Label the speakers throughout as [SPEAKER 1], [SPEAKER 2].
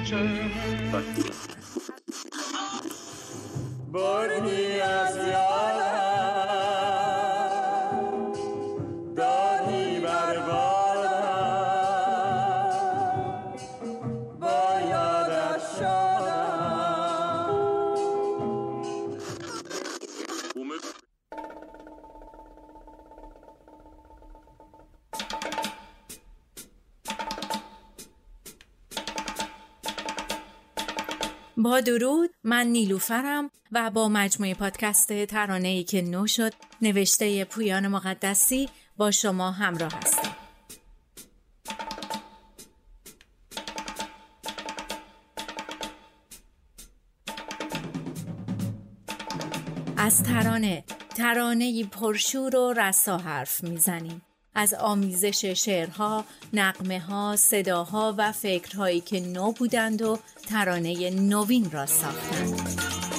[SPEAKER 1] بردی از یادم دادی بربادم با یادت شدم.
[SPEAKER 2] با درود، من نیلوفرم و با مجموعه پادکست ترانه‌ای که نو شد نوشته پویان مقدسی با شما همراه هستم. از ترانه‌ای پرشور و رسا حرف میزنیم. از آمیزش شعرها، نغمه‌ها، صداها و فکرهایی که نو بودند و ترانه نوین را ساختند.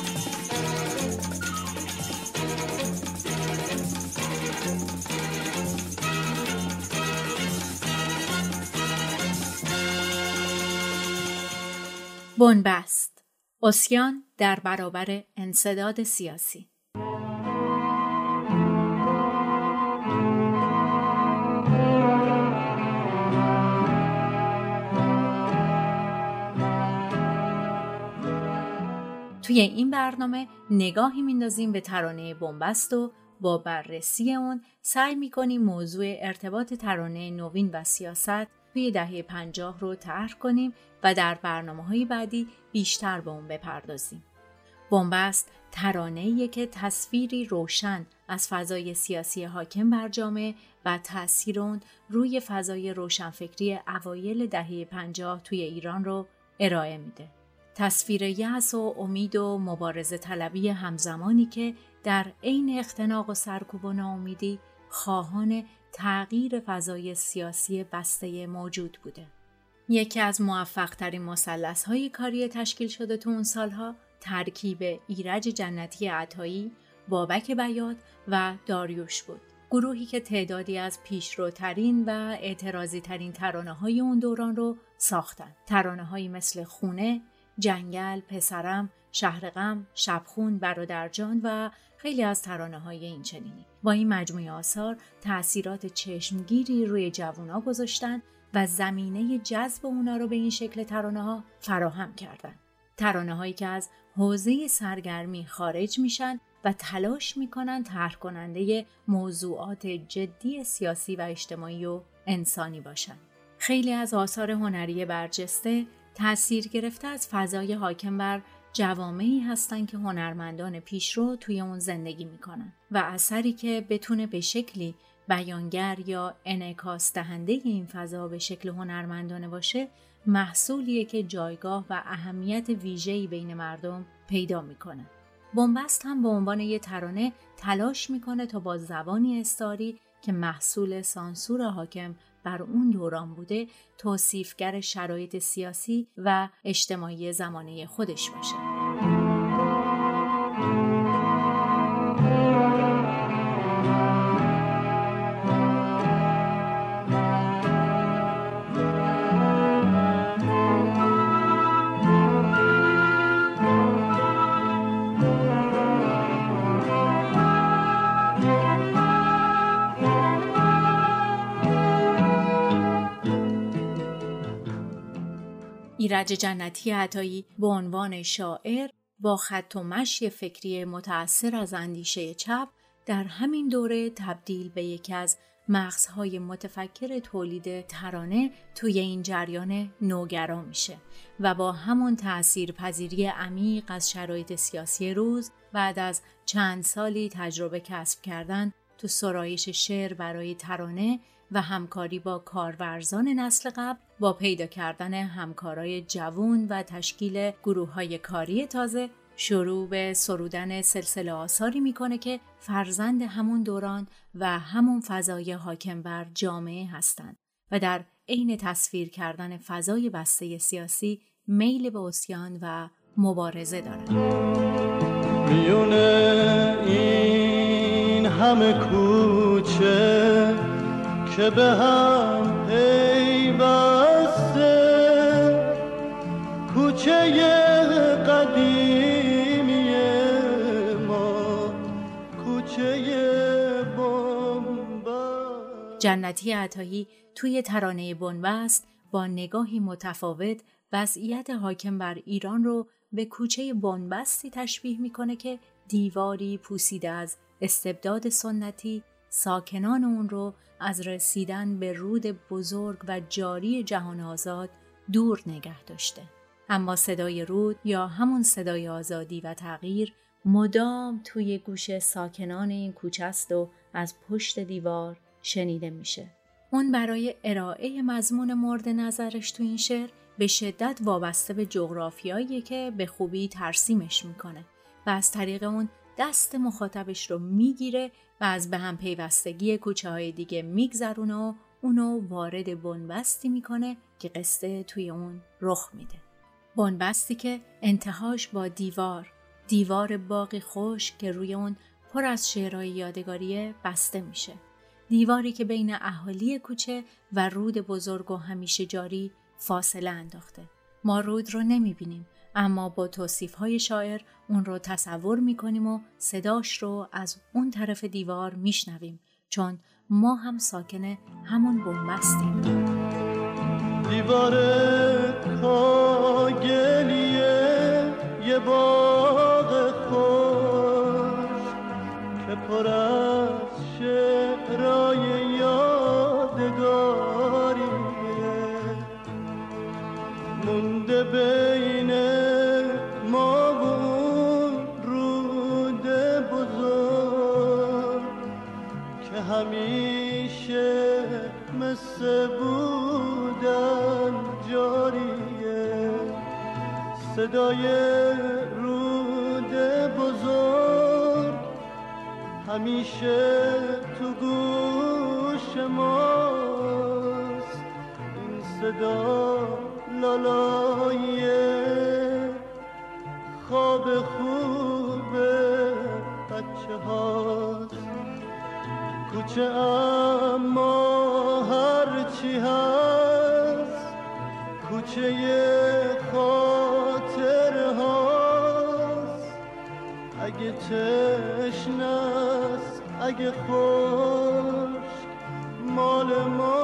[SPEAKER 2] بنبست، عصیان در برابر انسداد سیاسی. توی این برنامه نگاهی میندازیم به ترانه بنبست و با بررسی اون سعی میکنیم موضوع ارتباط ترانه نوین و سیاست توی دهه 50 رو طرح کنیم و در برنامه‌های بعدی بیشتر به اون بپردازیم. بنبست ترانه‌ایه که تصویری روشن از فضای سیاسی حاکم بر جامعه و تأثیر اون روی فضای روشنفکری اوایل دهه 50 توی ایران رو ارائه میده. تصویر یأس و امید و مبارزه طلبی همزمانی که در عین اختناق و سرکوب و ناامیدی خواهان تغییر فضای سیاسی بسته موجود بوده. یکی از موفق‌ترین مثلث‌های کاری تشکیل شده تو اون سالها ترکیب ایرج جنتی عطایی، بابک بیات و داریوش بود. گروهی که تعدادی از پیشروترین و اعتراضی‌ترین ترانه‌های اون دوران رو ساختن. ترانه‌هایی مثل خونه، جنگل، پسرم، شهر غم، شبخون، برادرجان و خیلی از ترانه‌های این چنینی. با این مجموعه آثار تأثیرات چشمگیری روی جوونا گذاشتن و زمینه جذب اونا رو به این شکل ترانه‌ها فراهم کردن. ترانه‌هایی که از حوزه سرگرمی خارج میشن و تلاش میکنن طرح کننده موضوعات جدی سیاسی و اجتماعی و انسانی باشن. خیلی از آثار هنری برجسته تأثیر گرفته از فضای حاکم بر جوامعی هستن که هنرمندان پیشرو توی اون زندگی میکنن و اثری که بتونه به شکلی بیانگر یا انعکاس دهنده این فضا به شکل هنرمندانه باشه محصولیه که جایگاه و اهمیت ویژه‌ای بین مردم پیدا میکنه. بنبست هم به عنوان یه ترانه تلاش میکنه تا با زبانی استعاری که محصول سانسور حاکم بر اون دوران بوده توصیفگر شرایط سیاسی و اجتماعی زمانه خودش باشه. ایرج جنتی عطایی به عنوان شاعر با خط و مشی فکری متأثر از اندیشه چپ در همین دوره تبدیل به یکی از مغزهای متفکر تولید ترانه توی این جریان نوگرا میشه و با همون تأثیرپذیری عمیق از شرایط سیاسی روز بعد از چند سالی تجربه کسب کردن تو سرایش شعر برای ترانه و همکاری با کارورزان نسل قبل با پیدا کردن همکارای جوان و تشکیل گروه‌های کاری تازه شروع به سرودن سلسله آثاری میکنه که فرزند همون دوران و همون فضای حاکم بر جامعه هستند و در عین تصویر کردن فضای بسته سیاسی میل به عصیان و مبارزه دارند.
[SPEAKER 1] میونه این همه کوچه که به هم پیوسته کوچه قدیمی ما، کوچه بنبست.
[SPEAKER 2] جنتی عطایی توی ترانه بنبست با نگاهی متفاوت وضعیت حاکم بر ایران رو به کوچه بنبستی تشبیه میکنه که دیواری پوسیده از استبداد سنتی ساکنان اون رو از رسیدن به رود بزرگ و جاری جهان آزاد دور نگه داشته. اما صدای رود یا همون صدای آزادی و تغییر مدام توی گوش ساکنان این کوچه است و از پشت دیوار شنیده میشه. اون برای ارائه مضمون مورد نظرش تو این شعر به شدت وابسته به جغرافیاییه که به خوبی ترسیمش میکنه و از طریق اون دست مخاطبش رو میگیره و از به هم پیوستگی کوچه های دیگه میگذرونه و اونو وارد بنبستی میکنه که قصه توی اون رخ میده. بنبستی که انتهاش با دیوار باغی خشک که روی اون پر از شعرهای یادگاریه بسته میشه. دیواری که بین اهالی کوچه و رود بزرگ و همیشه جاری فاصله انداخته. ما رود رو نمیبینیم، اما با توصیف‌های شاعر اون رو تصور میکنیم و صداش رو از اون طرف دیوار میشنویم، چون ما هم ساکن همون بنبستیم.
[SPEAKER 1] دیوار کاگلیه یه باغ خوش که پر از شعرهای یادگاریه، مونده بین ما و اون رود بزرگ که همیشه مثل بودن جاریه. صدای رود بزرگ همیشه تو گوش ماست، این صدا لالای خواب خوب بچه هاست. کوچه اما هرچی هست کوچه خاطر هاست، اگه تشنست اگه خشک مال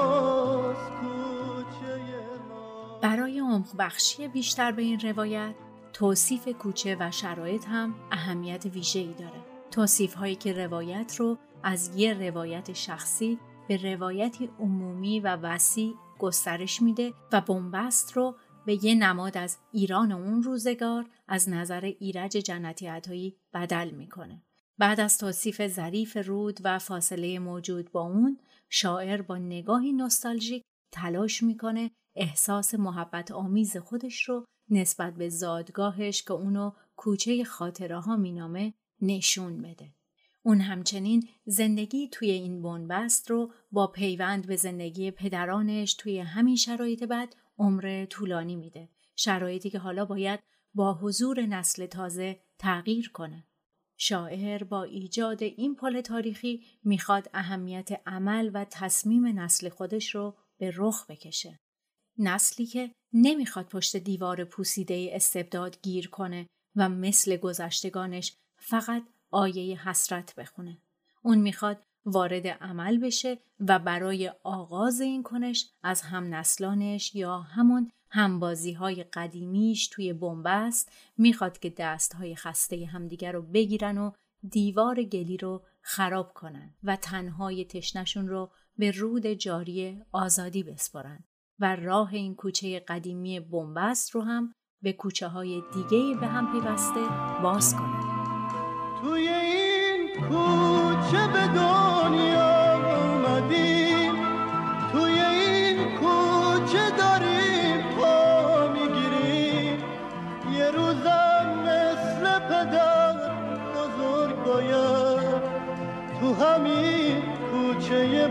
[SPEAKER 1] ماست کوچه ما.
[SPEAKER 2] برای عمق بخشی بیشتر به این روایت توصیف کوچه و شرایط هم اهمیت ویژه‌ای داره. توصیف هایی که روایت رو از یه روایت شخصی به روایتی عمومی و وسیع گسترش میده و بنبست رو به یه نماد از ایران اون روزگار از نظر ایرج جنتی عطایی بدل میکنه. بعد از توصیف ظریف رود و فاصله موجود با اون، شاعر با نگاهی نوستالژیک تلاش میکنه احساس محبت آمیز خودش رو نسبت به زادگاهش که اونو کوچه خاطره ها مینامه نشون بده. اون همچنین زندگی توی این بنبست رو با پیوند به زندگی پدرانش توی همین شرایط بد عمر طولانی میده. شرایطی که حالا باید با حضور نسل تازه تغییر کنه. شاعر با ایجاد این پل تاریخی میخواد اهمیت عمل و تصمیم نسل خودش رو به رخ بکشه. نسلی که نمیخواد پشت دیوار پوسیده استبداد گیر کنه و مثل گذشتگانش فقط آیه حسرت بخونه. اون میخواد وارد عمل بشه و برای آغاز این کنش از هم نسلانش یا همون همبازی‌های قدیمیش توی بنبست میخواد که دست‌های خسته همدیگر رو بگیرن و دیوار گلی رو خراب کنن و تنهای تشنشون رو به رود جاری آزادی بسپارن و راه این کوچه قدیمی بنبست رو هم به کوچه‌های دیگه به هم پیوسته باز کنن.
[SPEAKER 1] توی این کوچه به دنیا اومدیم، توی این کوچه داریم پا میگیریم، یه روزم مثل پدر بزرگ باید تو همین کوچه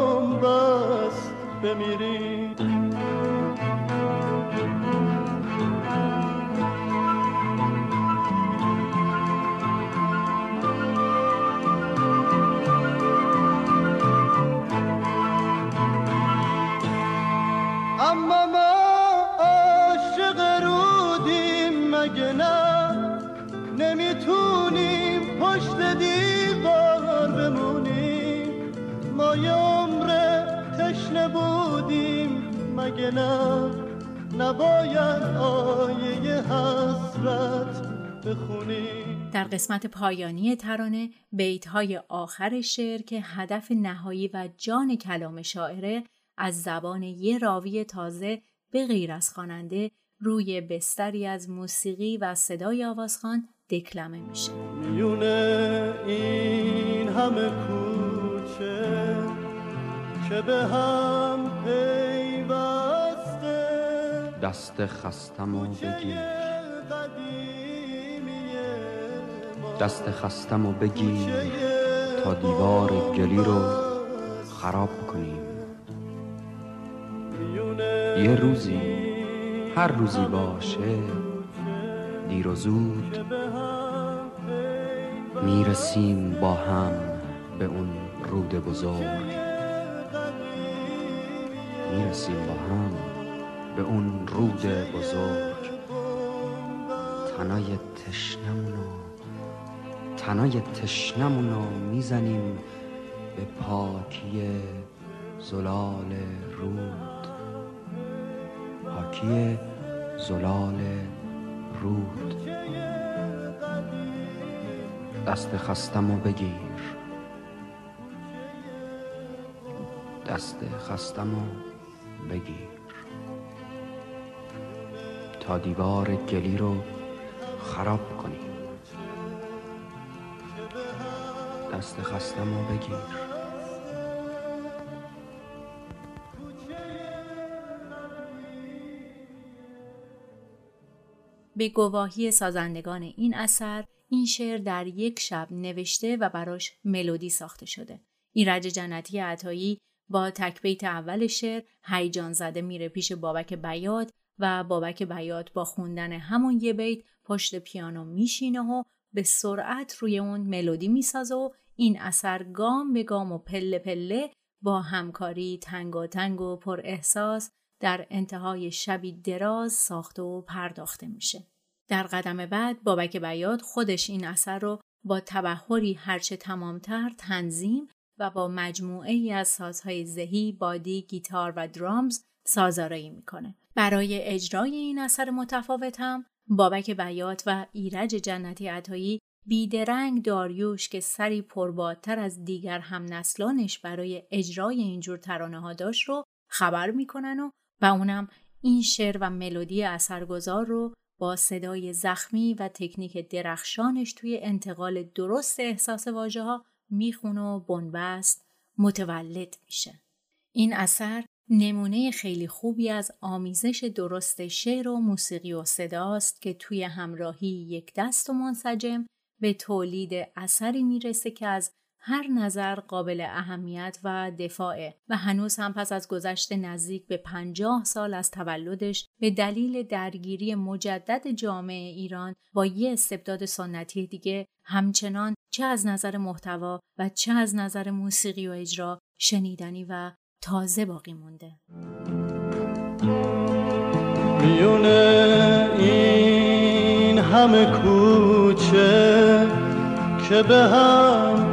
[SPEAKER 1] بنبست بمیریم. اما ما عاشق رودیم، روزای عمر تشنه بودیم مگه نه، نباید آیه حسرت بخونیم.
[SPEAKER 2] در قسمت پایانی ترانه بیت‌های آخر شعر که هدف نهایی و جان کلام شاعره از زبان یه راوی تازه به غیر از خواننده روی بستری از موسیقی و صدای آوازخوان دکلمه میشه.
[SPEAKER 1] میونه این همه کوچه که به هم پیوسته،
[SPEAKER 3] دست خستم و بگیر، دست خستم و بگیر تا دیوار گلی رو خراب کنیم. یه روزی، هر روزی باشه، دیر و زود میرسیم با هم به اون رود بزرگ، میرسیم با هم به اون رود بزرگ. تنای تشنمونو میزنیم به پاکی زلال رود، پاکی زلال رود. دست خستمو بگیر، دست خستمو بگیر تا دیوار گلی رو خراب کنی. دست خستمو بگیر.
[SPEAKER 2] به گواهی سازندگان این اثر، این شعر در یک شب نوشته و براش ملودی ساخته شده. ایرج جنتی عطایی با تک بیت اول شعر هیجان زده میره پیش بابک بیات و بابک بیات با خوندن همون یه بیت پشت پیانو میشینه و به سرعت روی اون ملودی میسازه و این اثر گام به گام و پله پله با همکاری تنگاتنگ و پر احساس در انتهای شبی دراز ساخته و پرداخته میشه. در قدم بعد بابک بیات خودش این اثر رو با تبحری هرچه تمامتر تنظیم و با مجموعه ای از سازهای زهی، بادی، گیتار و درامز سازآرایی میکنه. برای اجرای این اثر متفاوت هم بابک بیات و ایرج جنتی عطایی بیدرنگ داریوش که سری پربادتر از دیگر همنسلانش برای اجرای اینجور ترانه ها داشت رو خبر میکنن و اونم این شعر و ملودی اثرگذار رو با صدای زخمی و تکنیک درخشانش توی انتقال درست احساس واژه ها میخونه و بنبست متولد میشه. این اثر نمونه خیلی خوبی از آمیزش درست شعر و موسیقی و صداست که توی همراهی یک دست و منسجم به تولید اثری میرسه که از هر نظر قابل اهمیت و دفاعه و هنوز هم پس از گذشت نزدیک به 50 سال از تولدش به دلیل درگیری مجدد جامعه ایران با یه استبداد سنتی دیگه همچنان چه از نظر محتوا و چه از نظر موسیقی و اجرا شنیدنی و تازه باقی مونده.
[SPEAKER 1] میونه این همه کوچه که به هم